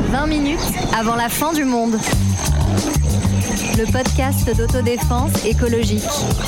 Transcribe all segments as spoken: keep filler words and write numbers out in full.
vingt minutes avant la fin du monde. Le podcast d'autodéfense écologique.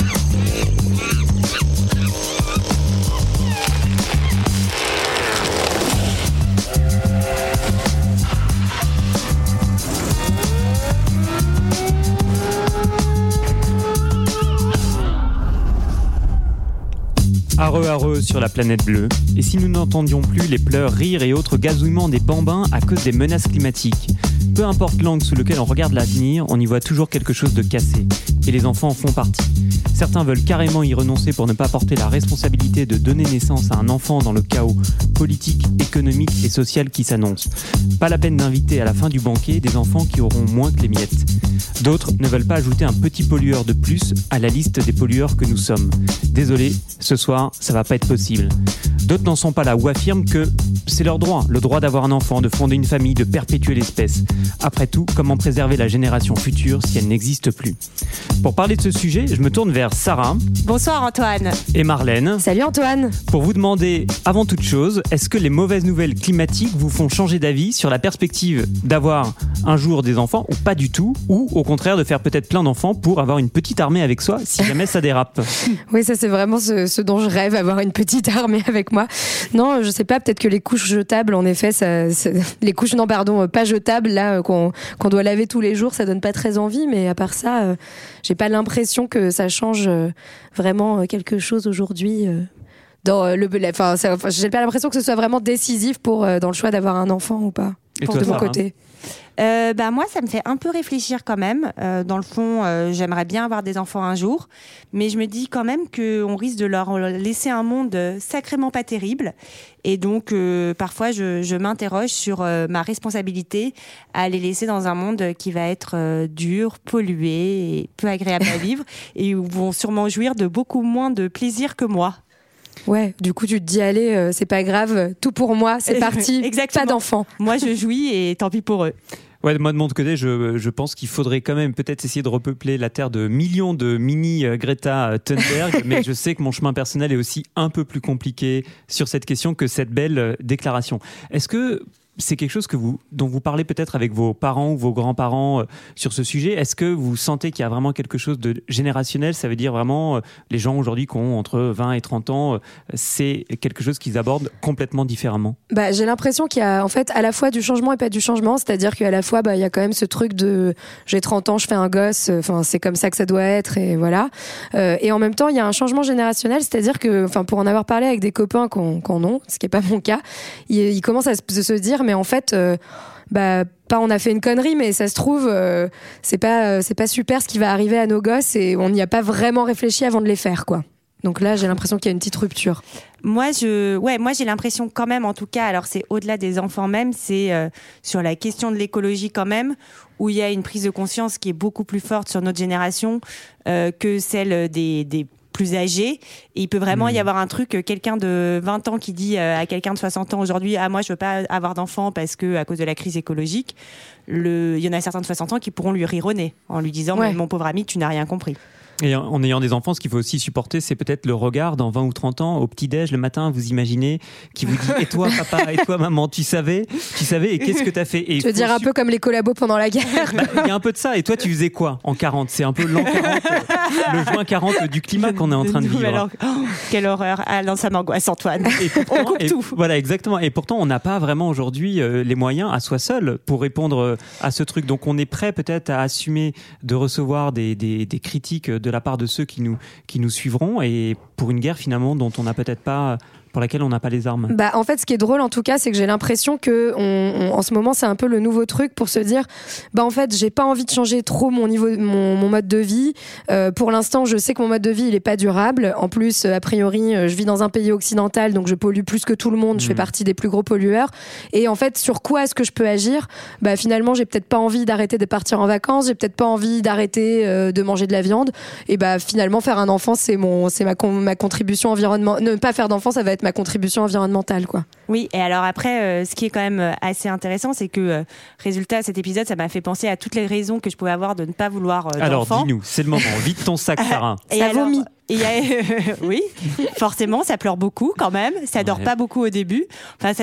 Areux, areux sur la planète bleue. Et si nous n'entendions plus les pleurs, rires et autres gazouillements des bambins à cause des menaces climatiques? Peu importe l'angle sous lequel on regarde l'avenir, on y voit toujours quelque chose de cassé. Et les enfants en font partie. Certains veulent carrément y renoncer pour ne pas porter la responsabilité de donner naissance à un enfant dans le chaos politique, économique et social qui s'annonce. Pas la peine d'inviter à la fin du banquet des enfants qui auront moins que les miettes. D'autres ne veulent pas ajouter un petit pollueur de plus à la liste des pollueurs que nous sommes. Désolé, ce soir, ça va pas être possible. D'autres n'en sont pas là ou affirment que c'est leur droit, le droit d'avoir un enfant, de fonder une famille, de perpétuer l'espèce. Après tout, comment préserver la génération future si elle n'existe plus? Pour parler de ce sujet, je me tourne vers Sarah. Bonsoir Antoine. Et Marlène. Salut Antoine. Pour vous demander, avant toute chose, est-ce que les mauvaises nouvelles climatiques vous font changer d'avis sur la perspective d'avoir un jour des enfants ou pas du tout, ou au contraire de faire peut-être plein d'enfants pour avoir une petite armée avec soi si jamais ça dérape? Oui, ça c'est vraiment ce, ce dont je rêve, avoir une petite armée avec moi. Non, je sais pas, peut-être que les couches jetables, en effet, ça, ça, les couches, non pardon, pas jetables, là, qu'on, qu'on doit laver tous les jours, ça donne pas très envie, mais à part ça, euh, j'ai pas l'impression que ça change euh, vraiment quelque chose aujourd'hui. Euh. Dans le, enfin, ça, enfin, j'ai pas l'impression que ce soit vraiment décisif pour euh, dans le choix d'avoir un enfant ou pas. Et pour toi, de mon Sarah? côté. Euh, bah moi, ça me fait un peu réfléchir quand même. Euh, dans le fond, euh, j'aimerais bien avoir des enfants un jour, mais je me dis quand même qu'on risque de leur laisser un monde sacrément pas terrible. Et donc, euh, parfois, je, je m'interroge sur euh, ma responsabilité à les laisser dans un monde qui va être euh, dur, pollué et peu agréable à vivre, et où vont sûrement jouir de beaucoup moins de plaisir que moi. Ouais, du coup, tu te dis, allez, euh, c'est pas grave, tout pour moi, c'est parti, Exactement. pas d'enfant. Moi, je jouis et tant pis pour eux. Ouais, moi de mon côté, je, je pense qu'il faudrait quand même peut-être essayer de repeupler la Terre de millions de mini euh, Greta Thunberg, mais je sais que mon chemin personnel est aussi un peu plus compliqué sur cette question que cette belle euh, déclaration. Est-ce que c'est quelque chose que vous, dont vous parlez peut-être avec vos parents ou vos grands-parents euh, sur ce sujet? Est-ce que vous sentez qu'il y a vraiment quelque chose de générationnel? Ça veut dire vraiment, euh, les gens aujourd'hui qui ont entre vingt et trente ans, euh, c'est quelque chose qu'ils abordent complètement différemment? Bah, j'ai l'impression qu'il y a en fait à la fois du changement et pas du changement, c'est-à-dire qu'à la fois bah, il y a quand même ce truc de j'ai trente ans, je fais un gosse, enfin c'est comme ça que ça doit être et voilà. Euh, et en même temps il y a un changement générationnel, c'est-à-dire que enfin pour en avoir parlé avec des copains qui en ont, ce qui est pas mon cas, ils, ils commencent à se, se dire mais en fait euh, bah pas on a fait une connerie mais ça se trouve euh, c'est pas euh, c'est pas super ce qui va arriver à nos gosses et on n'y a pas vraiment réfléchi avant de les faire quoi. Donc là, j'ai l'impression qu'il y a une petite rupture. Moi, je, ouais, moi, j'ai l'impression quand même, en tout cas, alors c'est au-delà des enfants même, c'est euh, sur la question de l'écologie quand même, où il y a une prise de conscience qui est beaucoup plus forte sur notre génération euh, que celle des, des plus âgés. Et il peut vraiment mmh. y avoir un truc, quelqu'un de vingt ans qui dit euh, à quelqu'un de soixante ans aujourd'hui, ah moi, je veux pas avoir d'enfant parce que à cause de la crise écologique. Le, il y en a certains de soixante ans qui pourront lui rire au nez en lui disant, ouais. mais mon pauvre ami, tu n'as rien compris. Et en ayant des enfants, ce qu'il faut aussi supporter, c'est peut-être le regard dans vingt ou trente ans, au petit-déj le matin, vous imaginez, qui vous dit « Et toi, papa, et toi, maman, tu savais Tu savais, et qu'est-ce que t'as fait ?» et Tu veux dire un su- peu comme les collabos pendant la guerre. Il bah, y a un peu de ça. Et toi, tu faisais quoi en quarante? C'est un peu l'an quarante, le juin quarante du climat qu'on est en train de vivre. Alors, oh, quelle horreur. Ah non, ça m'angoisse, Antoine. Et pourtant, on coupe et, tout. Voilà, exactement. Et pourtant, on n'a pas vraiment aujourd'hui euh, les moyens à soi seul pour répondre euh, à ce truc. Donc, on est prêt peut-être à assumer de recevoir des, des, des critiques de la part de ceux qui nous Nous, qui nous suivront et pour une guerre finalement dont on n'a peut-être pas, pour laquelle on n'a pas les armes. Bah en fait ce qui est drôle en tout cas c'est que j'ai l'impression que on, on, en ce moment c'est un peu le nouveau truc pour se dire bah en fait j'ai pas envie de changer trop mon niveau mon, mon mode de vie euh, pour l'instant je sais que mon mode de vie il est pas durable en plus a priori je vis dans un pays occidental donc je pollue plus que tout le monde, mmh. je fais partie des plus gros pollueurs et en fait sur quoi est-ce que je peux agir? Bah finalement j'ai peut-être pas envie d'arrêter de partir en vacances, j'ai peut-être pas envie d'arrêter euh, de manger de la viande et bah finalement faire un enfant c'est mon c'est ma ma contribution environnementale. Ne pas faire d'enfant ça va être ma contribution environnementale quoi. Oui, et alors après, euh, ce qui est quand même assez intéressant, c'est que, euh, résultat, cet épisode, ça m'a fait penser à toutes les raisons que je pouvais avoir de ne pas vouloir euh, alors, d'enfant. Alors, dis-nous, c'est le moment. Vide ton sac, Sarah. Et ça alors, vomit. Et euh, oui, forcément, ça pleure beaucoup quand même. Ça dort ouais. pas beaucoup au début. Enfin, ça dort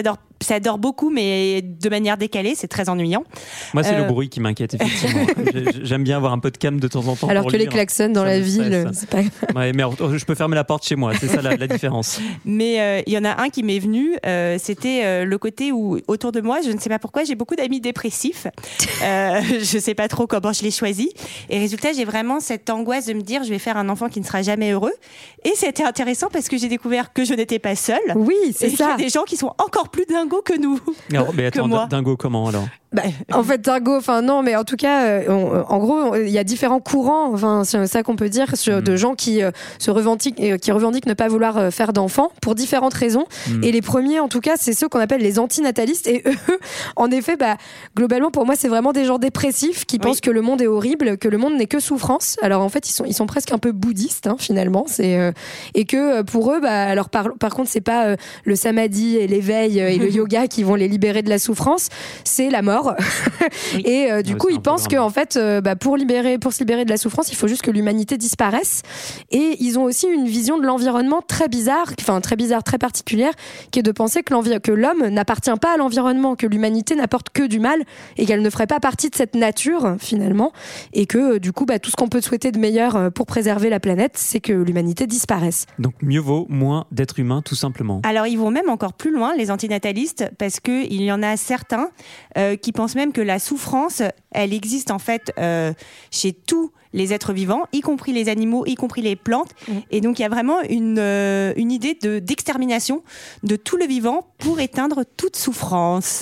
ça dort beaucoup, mais de manière décalée, c'est très ennuyant. Moi, c'est Euh... le bruit qui m'inquiète, effectivement. J'aime bien avoir un peu de calme de temps en temps. Alors pour que lire. les klaxons dans Ça la me ville, stresse. c'est pas... Ouais, mais je peux fermer la porte chez moi, c'est ça la, la différence. Mais il euh, y en a un qui m'est venu, euh, c'était euh, le côté où, autour de moi, je ne sais pas pourquoi, j'ai beaucoup d'amis dépressifs. euh, je ne sais pas trop comment je les choisis. Et résultat, j'ai vraiment cette angoisse de me dire, je vais faire un enfant qui ne sera jamais heureux. Et c'était intéressant parce que j'ai découvert que je n'étais pas seule. Oui, c'est et ça. Il y a des gens qui sont encore plus dingos que nous. Alors, mais attends, que moi. dingo comment alors? Bah, en fait, dingo, enfin non, mais en tout cas, euh, on, en gros, il y a différents courants, enfin c'est ça qu'on peut dire, sur, mmh. de gens qui euh, se revendiquent, euh, qui revendiquent ne pas vouloir euh, faire d'enfants pour différentes raisons. Mmh. Et les premiers, en tout cas, c'est ceux qu'on appelle les antinatalistes. Et eux, en effet, bah globalement, pour moi, c'est vraiment des gens dépressifs qui oui. pensent que le monde est horrible, que le monde n'est que souffrance. Alors en fait, ils sont, ils sont presque un peu bouddhistes, hein, finalement. C'est euh, et que pour eux, bah alors par, par contre, c'est pas euh, le samadhi et l'éveil euh, et le yoga qui vont les libérer de la souffrance, c'est la mort. Oui. Et euh, du ouais, coup, ils pensent que en fait, euh, bah, pour libérer, pour se libérer de la souffrance, il faut juste que l'humanité disparaisse. Et ils ont aussi une vision de l'environnement très bizarre, enfin très bizarre, très particulière, qui est de penser que, l'envi- que l'homme n'appartient pas à l'environnement, que l'humanité n'apporte que du mal et qu'elle ne ferait pas partie de cette nature finalement, et que euh, du coup, bah, tout ce qu'on peut souhaiter de meilleur pour préserver la planète, c'est que l'humanité disparaisse. Donc mieux vaut moins d'êtres humains, tout simplement. Alors ils vont même encore plus loin, les antinatalistes, parce que il y en a certains euh, qui pensent même que la souffrance, elle existe en fait euh, chez tous les êtres vivants, y compris les animaux, y compris les plantes. Mmh. Et donc, il y a vraiment une, euh, une idée de, d'extermination de tout le vivant pour éteindre toute souffrance.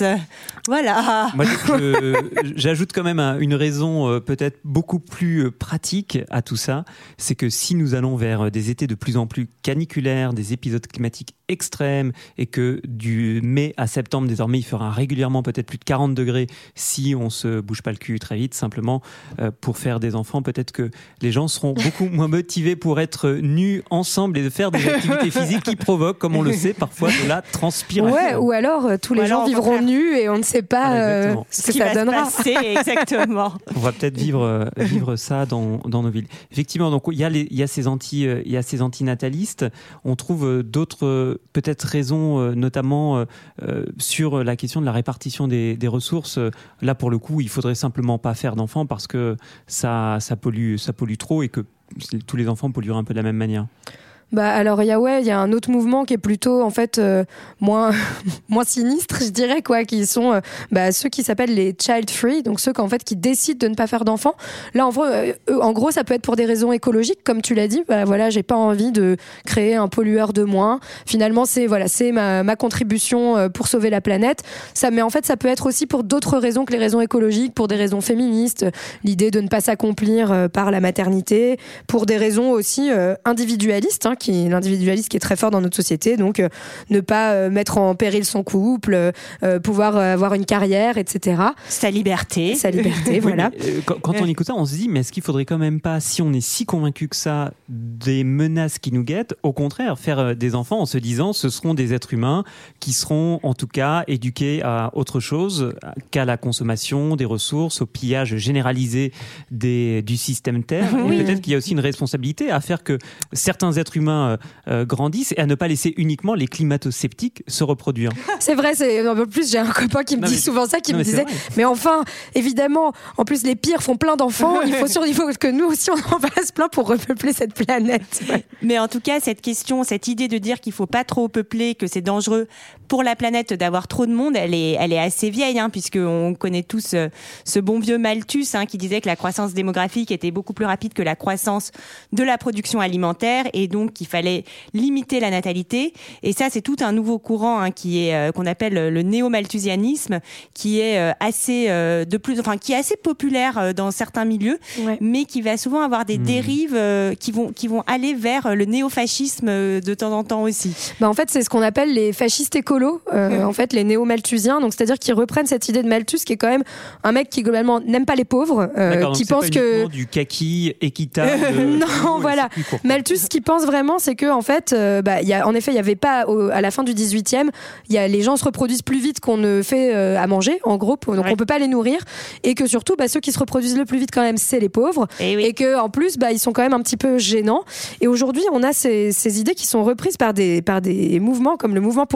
Voilà. Moi, je, j'ajoute quand même un, une raison euh, peut-être beaucoup plus pratique à tout ça. C'est que si nous allons vers des étés de plus en plus caniculaires, des épisodes climatiques extrêmes, et que du mai à septembre, désormais, il fera régulièrement peut-être plus de quarante degrés si on se bouge pas le cul très vite, simplement euh, pour faire des enfants, peut-être que les gens seront beaucoup moins motivés pour être nus ensemble et de faire des activités physiques qui provoquent, comme on le sait, parfois de la transpiration. Ouais, ou alors euh, tous les alors, gens vivront nus et on ne sait pas voilà, euh, ce que ce ça donnera. Se passer, exactement. On va peut-être vivre euh, vivre ça dans dans nos villes. Effectivement, donc il y a les il y a ces anti euh, il y a ces antinatalistes. On trouve euh, d'autres euh, peut-être raisons, euh, notamment euh, euh, sur la question de la répartition des des ressources. Là, pour le coup, il faudrait simplement pas faire d'enfants parce que ça ça pollue ça pollue trop et que tous les enfants pollueraient un peu de la même manière. Bah alors il y a ouais il y a un autre mouvement qui est plutôt en fait euh, moins moins sinistre je dirais quoi, qui sont euh, bah ceux qui s'appellent les child free, donc ceux qu'en fait qui décident de ne pas faire d'enfants. Là en vrai euh, en gros ça peut être pour des raisons écologiques comme tu l'as dit, bah voilà, j'ai pas envie de créer un pollueur de moins. Finalement c'est voilà, c'est ma ma contribution euh, pour sauver la planète. Ça mais en fait ça peut être aussi pour d'autres raisons que les raisons écologiques, pour des raisons féministes, l'idée de ne pas s'accomplir euh, par la maternité, pour des raisons aussi euh, individualistes hein, qui l'individualisme qui est très fort dans notre société, donc euh, ne pas euh, mettre en péril son couple, euh, pouvoir euh, avoir une carrière, et cetera. Sa liberté. Sa liberté, voilà. Oui, mais, euh, quand, quand on écoute ça, on se dit, mais est-ce qu'il faudrait quand même pas, si on est si convaincu que ça, des menaces qui nous guettent, au contraire, faire euh, des enfants en se disant, ce seront des êtres humains qui seront, en tout cas, éduqués à autre chose qu'à la consommation des ressources, au pillage généralisé des, du système Terre. Oui. Et peut-être qu'il y a aussi une responsabilité à faire que certains êtres humains Euh, euh, grandissent et à ne pas laisser uniquement les climato-sceptiques se reproduire. C'est vrai, c'est en plus j'ai un copain qui me non, dit mais, souvent ça, qui non, me mais disait mais enfin évidemment en plus les pires font plein d'enfants, il faut sur il faut que nous aussi on en fasse plein pour repeupler cette planète. Ouais. Mais en tout cas cette question, cette idée de dire qu'il faut pas trop peupler, que c'est dangereux pour la planète d'avoir trop de monde, elle est elle est assez vieille hein, puisque on connaît tous euh, ce bon vieux Malthus hein, qui disait que la croissance démographique était beaucoup plus rapide que la croissance de la production alimentaire et donc qu'il fallait limiter la natalité. Et ça, c'est tout un nouveau courant hein, qui est euh, qu'on appelle le néo-malthusianisme, qui est euh, assez euh, de plus, enfin qui est assez populaire euh, dans certains milieux, ouais. mais qui va souvent avoir des mmh. dérives euh, qui vont qui vont aller vers le néo-fascisme euh, de temps en temps aussi. Bah en fait, c'est ce qu'on appelle les fascistes écolos, euh, mmh. en fait les néo-malthusiens. Donc c'est-à-dire qu'ils reprennent cette idée de Malthus, qui est quand même un mec qui globalement n'aime pas les pauvres, euh, qui pense que du kaki équitable. non, voilà. Malthus, qui pense vraiment, c'est que en fait, euh, bah, y a, en effet, il y avait pas au, à la fin du dix-huitième, il y a les gens se reproduisent plus vite qu'on ne fait euh, à manger, en gros, donc ouais. on peut pas les nourrir, et que surtout, bah, ceux qui se reproduisent le plus vite quand même, c'est les pauvres, et, oui. et que en plus, bah, ils sont quand même un petit peu gênants. Et aujourd'hui, on a ces, ces idées qui sont reprises par des par des mouvements comme le mouvement pour l'extinction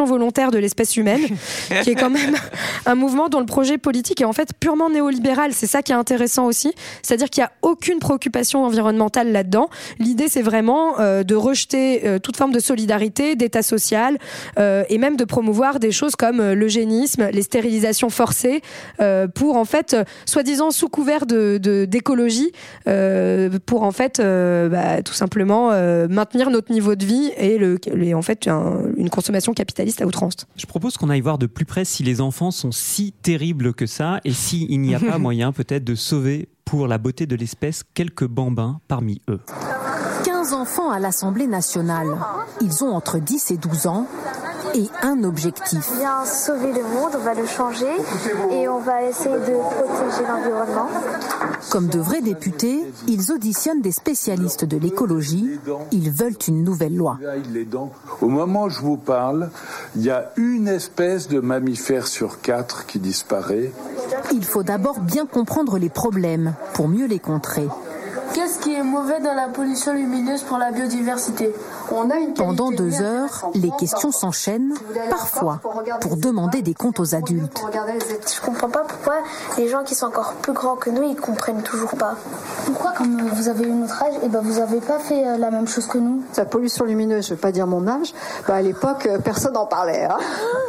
l'extinction volontaire de l'espèce humaine, qui est quand même un mouvement dont le projet politique est en fait purement néolibéral. C'est ça qui est intéressant aussi, c'est-à-dire qu'il n'y a aucune préoccupation environnementale là-dedans. L'idée, c'est vraiment euh, de rejeter euh, toute forme de solidarité, d'état social, euh, et même de promouvoir des choses comme euh, l'eugénisme, les stérilisations forcées, euh, pour en fait, euh, soi-disant sous couvert de, de, d'écologie, euh, pour en fait, euh, bah, tout simplement euh, maintenir notre niveau de vie et, le, et en fait un, une consommation capitaliste à outrance. Je propose qu'on aille voir de plus près si les enfants sont si terribles que ça et s'il n'y a pas moyen peut-être de sauver pour la beauté de l'espèce quelques bambins parmi eux. quinze enfants à l'Assemblée nationale. Ils ont entre dix et douze ans et un objectif. On vient sauver le monde, on va le changer et on va essayer de protéger l'environnement. Comme de vrais députés, ils auditionnent des spécialistes de l'écologie. Ils veulent une nouvelle loi. Au moment où je vous parle, il y a une espèce de mammifère sur quatre qui disparaît. Il faut d'abord bien comprendre les problèmes pour mieux les contrer. Qu'est-ce qui est mauvais dans la pollution lumineuse pour la biodiversité ? On a une Pendant deux heures, les questions s'enchaînent, parfois pour demander des comptes aux adultes. Je comprends pas pourquoi les gens qui sont encore plus grands que nous, ils comprennent toujours pas. Pourquoi, comme vous avez eu notre âge, et ben vous avez pas fait la même chose que nous ? La pollution lumineuse, je veux pas dire mon âge, bah à l'époque, personne n'en parlait. Hein.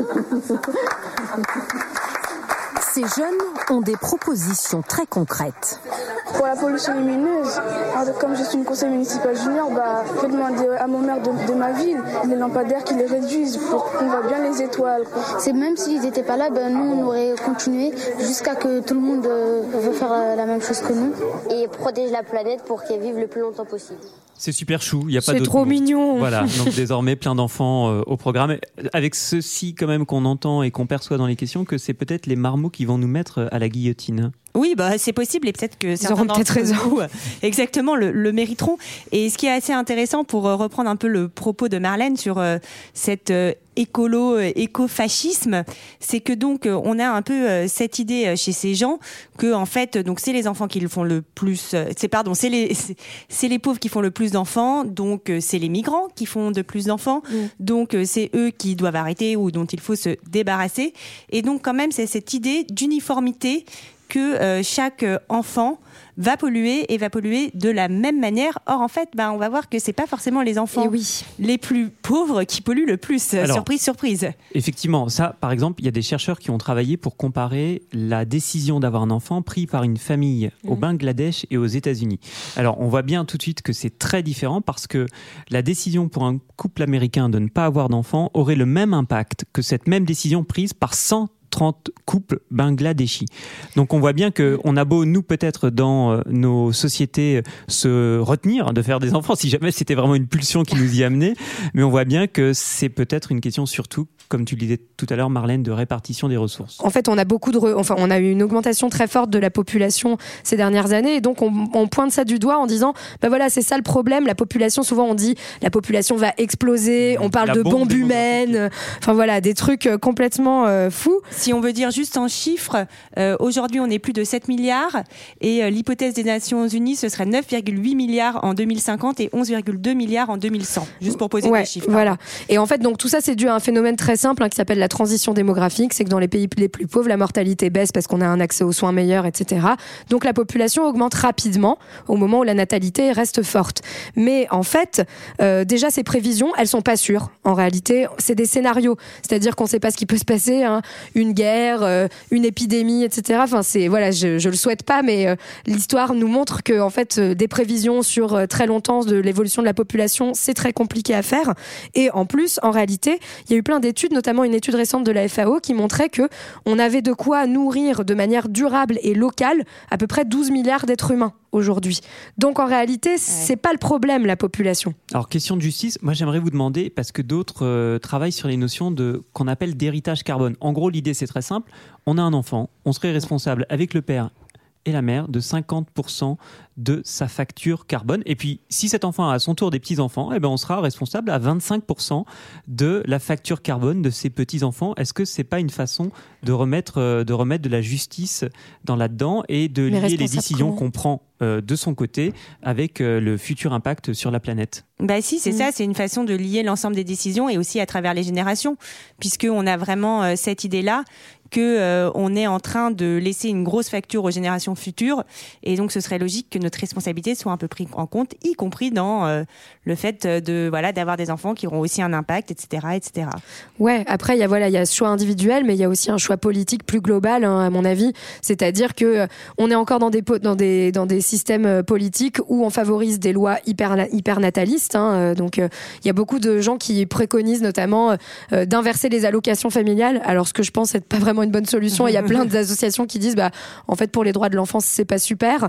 Ces jeunes ont des propositions très concrètes. Pour la pollution lumineuse, comme je suis une conseillère municipale junior, bah, je vais demander à mon maire de, de ma ville les lampadaires qui les réduisent pour qu'on voit bien les étoiles. C'est même s'ils n'étaient pas là, ben nous on aurait continué jusqu'à que tout le monde euh, veut faire la, la même chose que nous. Et protéger la planète pour qu'elle vive le plus longtemps possible. C'est super chou, il y a pas c'est d'autre trop mot. mignon. Voilà, donc désormais plein d'enfants euh, au programme. Avec ceci quand même qu'on entend et qu'on perçoit dans les questions que c'est peut-être les marmots qui vont nous mettre à la guillotine. Oui, bah, c'est possible et peut-être que certains d'entre vous exactement le, le mériteront. Et ce qui est assez intéressant pour euh, reprendre un peu le propos de Marlène sur euh, cette euh, écolo, euh, écofascisme, c'est que donc euh, on a un peu euh, cette idée euh, chez ces gens que en fait donc c'est les enfants qui le font le plus, euh, c'est pardon, c'est les c'est, c'est les pauvres qui font le plus d'enfants, donc euh, c'est les migrants qui font de plus d'enfants, mmh. donc euh, c'est eux qui doivent arrêter ou dont il faut se débarrasser. Et donc quand même c'est cette idée d'uniformité que euh, chaque enfant va polluer et va polluer de la même manière. Or, en fait, ben, on va voir que c'est pas forcément les enfants oui. les plus pauvres qui polluent le plus. Alors, surprise, surprise. Effectivement, ça, par exemple, il y a des chercheurs qui ont travaillé pour comparer la décision d'avoir un enfant pris par une famille mmh. au Bangladesh et aux États-Unis. Alors, on voit bien tout de suite que c'est très différent parce que la décision pour un couple américain de ne pas avoir d'enfant aurait le même impact que cette même décision prise par cent trente couples bangladeshis. Donc on voit bien qu'on a beau, nous peut-être dans nos sociétés, se retenir de faire des enfants, si jamais c'était vraiment une pulsion qui nous y amenait, mais on voit bien que c'est peut-être une question surtout, comme tu le disais tout à l'heure Marlène, de répartition des ressources. En fait on a beaucoup de re... enfin on a eu une augmentation très forte de la population ces dernières années et donc on, on pointe ça du doigt en disant ben voilà c'est ça le problème, la population, souvent on dit la population va exploser, on parle la de bombes humaines, enfin voilà des trucs complètement euh, fous. Si on veut dire juste en chiffres, euh, aujourd'hui on est plus de sept milliards et euh, l'hypothèse des Nations Unies ce serait neuf virgule huit milliards en deux mille cinquante et onze virgule deux milliards en deux mille cent. Juste pour poser ouais, des chiffres. Voilà. Et en fait donc tout ça c'est dû à un phénomène très simple hein, qui s'appelle la transition démographique, c'est que dans les pays les plus pauvres la mortalité baisse parce qu'on a un accès aux soins meilleurs, et cetera. Donc la population augmente rapidement au moment où la natalité reste forte. Mais en fait euh, déjà ces prévisions elles sont pas sûres. En réalité c'est des scénarios, c'est-à-dire qu'on sait pas ce qui peut se passer. Hein. Une guerre, euh, une épidémie, et cetera. Enfin, c'est voilà, je, je le souhaite pas, mais euh, l'histoire nous montre que en fait, euh, des prévisions sur euh, très longtemps de l'évolution de la population, c'est très compliqué à faire. Et en plus, en réalité, il y a eu plein d'études, notamment une étude récente de la F A O, qui montrait que on avait de quoi nourrir de manière durable et locale à peu près douze milliards d'êtres humains aujourd'hui. Donc en réalité, c'est ouais. pas le problème, la population. Alors question de justice, moi j'aimerais vous demander, parce que d'autres euh, travaillent sur les notions de qu'on appelle d'héritage carbone. En gros, l'idée c'est très simple, on a un enfant, on serait responsable avec le père et la mère de cinquante pour cent de sa facture carbone. Et puis, si cet enfant a à son tour des petits-enfants, eh ben, on sera responsable à vingt-cinq pour cent de la facture carbone de ses petits-enfants. Est-ce que c'est pas une façon de remettre, de remettre de la justice dans là-dedans et de Mais lier les décisions comment qu'on prend euh, de son côté avec euh, le futur impact sur la planète? Bah si, c'est Mmh. ça, c'est une façon de lier l'ensemble des décisions et aussi à travers les générations, puisqu'on a vraiment euh, cette idée-là que euh, on est en train de laisser une grosse facture aux générations futures, et donc ce serait logique que notre responsabilité soit un peu prise en compte, y compris dans euh, le fait de voilà d'avoir des enfants qui auront aussi un impact, et cetera, et cetera. Ouais. Après, il y a voilà, il y a ce choix individuel, mais il y a aussi un choix politique plus global, hein, à mon avis. C'est-à-dire que euh, on est encore dans des po- dans des dans des systèmes euh, politiques où on favorise des lois hyper hyper natalistes. Hein, euh, donc, il euh, y a beaucoup de gens qui préconisent notamment euh, d'inverser les allocations familiales. Alors, ce que je pense être pas vraiment une bonne solution. Il y a plein d'associations qui disent, bah, en fait, pour les droits de l'enfance, c'est pas super.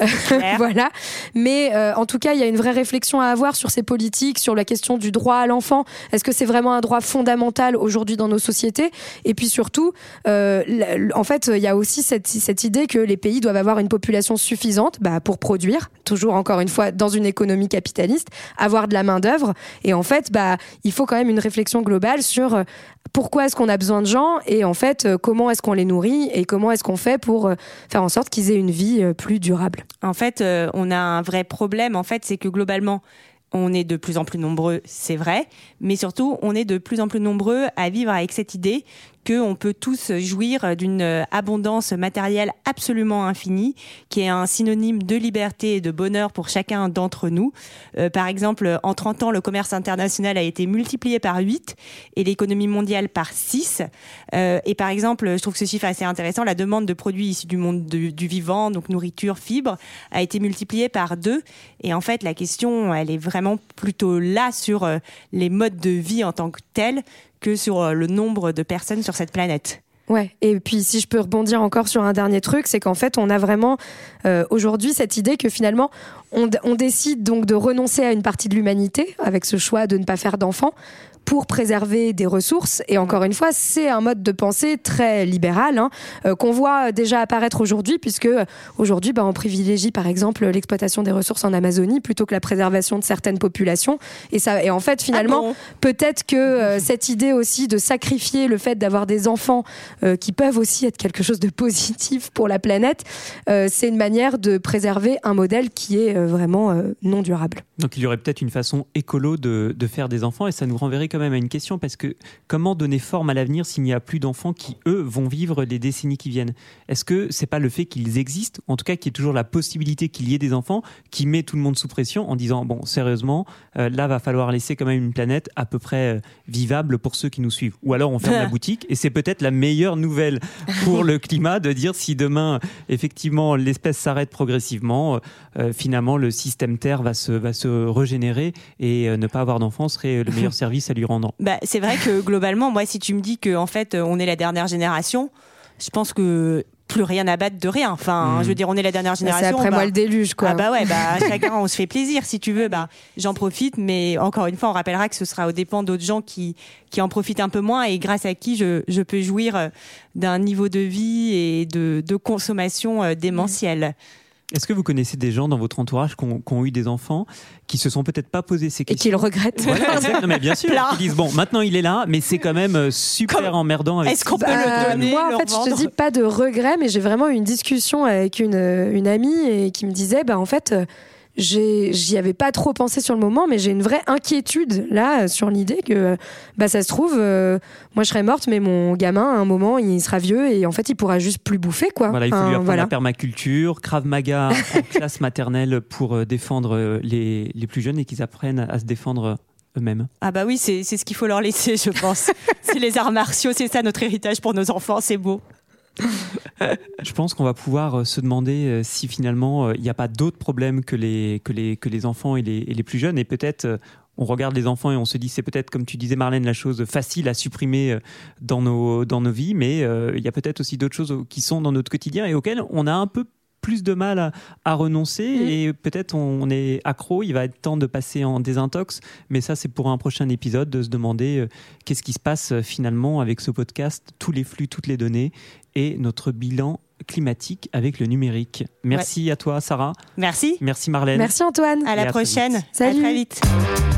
Voilà. Mais euh, en tout cas, il y a une vraie réflexion à avoir sur ces politiques, sur la question du droit à l'enfant. Est-ce que c'est vraiment un droit fondamental aujourd'hui dans nos sociétés? Et puis surtout, euh, l- en fait, il y a aussi cette, cette idée que les pays doivent avoir une population suffisante bah, pour produire, toujours encore une fois dans une économie capitaliste, avoir de la main d'œuvre. Et en fait, bah, il faut quand même une réflexion globale sur euh, pourquoi est-ce qu'on a besoin de gens et en fait, euh, comment est-ce qu'on les nourrit et comment est-ce qu'on fait pour euh, faire en sorte qu'ils aient une vie euh, plus durable. En fait, euh, on a un vrai problème, en fait, c'est que globalement, on est de plus en plus nombreux, c'est vrai, mais surtout, on est de plus en plus nombreux à vivre avec cette idée qu'on peut tous jouir d'une abondance matérielle absolument infinie, qui est un synonyme de liberté et de bonheur pour chacun d'entre nous. Euh, par exemple, en trente ans, le commerce international a été multiplié par huit et l'économie mondiale par six. Euh, et par exemple, je trouve que ce chiffre est assez intéressant, la demande de produits issus du monde de, du vivant, donc nourriture, fibres, a été multipliée par deux. Et en fait, la question, elle est vraiment plutôt là sur euh, les modes de vie en tant que tels, que sur le nombre de personnes sur cette planète. Ouais, et puis si je peux rebondir encore sur un dernier truc, c'est qu'en fait on a vraiment euh, aujourd'hui cette idée que finalement on, on décide donc de renoncer à une partie de l'humanité avec ce choix de ne pas faire d'enfants pour préserver des ressources. Et encore une fois, c'est un mode de pensée très libéral, hein, euh, qu'on voit déjà apparaître aujourd'hui, puisque aujourd'hui, bah, on privilégie par exemple l'exploitation des ressources en Amazonie plutôt que la préservation de certaines populations. Et, ça, et en fait, finalement, ah bon peut-être que euh, cette idée aussi de sacrifier le fait d'avoir des enfants euh, qui peuvent aussi être quelque chose de positif pour la planète, euh, c'est une manière de préserver un modèle qui est euh, vraiment euh, non durable. Donc il y aurait peut-être une façon écolo de, de faire des enfants, et ça nous renverrait quand même à une question, parce que comment donner forme à l'avenir s'il n'y a plus d'enfants qui, eux, vont vivre les décennies qui viennent? Est-ce que c'est pas le fait qu'ils existent, en tout cas qu'il y ait toujours la possibilité qu'il y ait des enfants, qui met tout le monde sous pression en disant, bon, sérieusement, euh, là, va falloir laisser quand même une planète à peu près euh, vivable pour ceux qui nous suivent. Ou alors on ferme la boutique, et c'est peut-être la meilleure nouvelle pour le climat de dire si demain, effectivement, l'espèce s'arrête progressivement, euh, finalement, le système Terre va se, va se régénérer, et euh, ne pas avoir d'enfants serait le meilleur service à lui rendre. Bah, c'est vrai que globalement, moi, si tu me dis qu'en fait, on est la dernière génération, je pense que plus rien à battre de rien. Enfin, mmh. je veux dire, on est la dernière génération. C'est après bah, moi le déluge, quoi. Ah bah ouais, bah chacun, on se fait plaisir, si tu veux. Bah, j'en profite, mais encore une fois, on rappellera que ce sera aux dépens d'autres gens qui qui en profitent un peu moins et grâce à qui je je peux jouir d'un niveau de vie et de de consommation démentiel. Mmh. Est-ce que vous connaissez des gens dans votre entourage qui ont, qui ont eu des enfants, qui se sont peut-être pas posé ces questions et qui le regrettent? Voilà, non, mais bien sûr, qui disent bon, maintenant il est là, mais c'est quand même super Comme... emmerdant. Avec Est-ce qu'on peut bah, le donner? Moi, en fait, vendre. Je te dis pas de regret, mais j'ai vraiment eu une discussion avec une une amie et qui me disait, bah en fait. J'ai, j'y avais pas trop pensé sur le moment, mais j'ai une vraie inquiétude là sur l'idée que bah ça se trouve euh, moi je serais morte, mais mon gamin à un moment il sera vieux et en fait il pourra juste plus bouffer, quoi. Voilà, il faut enfin, lui apprendre voilà. la permaculture, Krav Maga en classe maternelle pour défendre les les plus jeunes et qu'ils apprennent à se défendre eux-mêmes. Ah bah oui, c'est c'est ce qu'il faut leur laisser, je pense. C'est les arts martiaux, c'est ça notre héritage pour nos enfants, c'est beau. Je pense qu'on va pouvoir se demander si finalement il n'y a pas d'autres problèmes que les, que les, que les enfants et les, et les plus jeunes, et peut-être on regarde les enfants et on se dit c'est peut-être, comme tu disais Marlène, la chose facile à supprimer dans nos, dans nos vies, mais il y a peut-être aussi d'autres choses qui sont dans notre quotidien et auxquelles on a un peu plus de mal à, à renoncer mmh. et peut-être on, on est accro, il va être temps de passer en désintox, mais ça c'est pour un prochain épisode, de se demander euh, qu'est-ce qui se passe euh, finalement avec ce podcast, tous les flux, toutes les données et notre bilan climatique avec le numérique. Merci ouais. à toi, Sarah. Merci. Merci, Marlène. Merci, Antoine. À la prochaine. Salut. À très vite.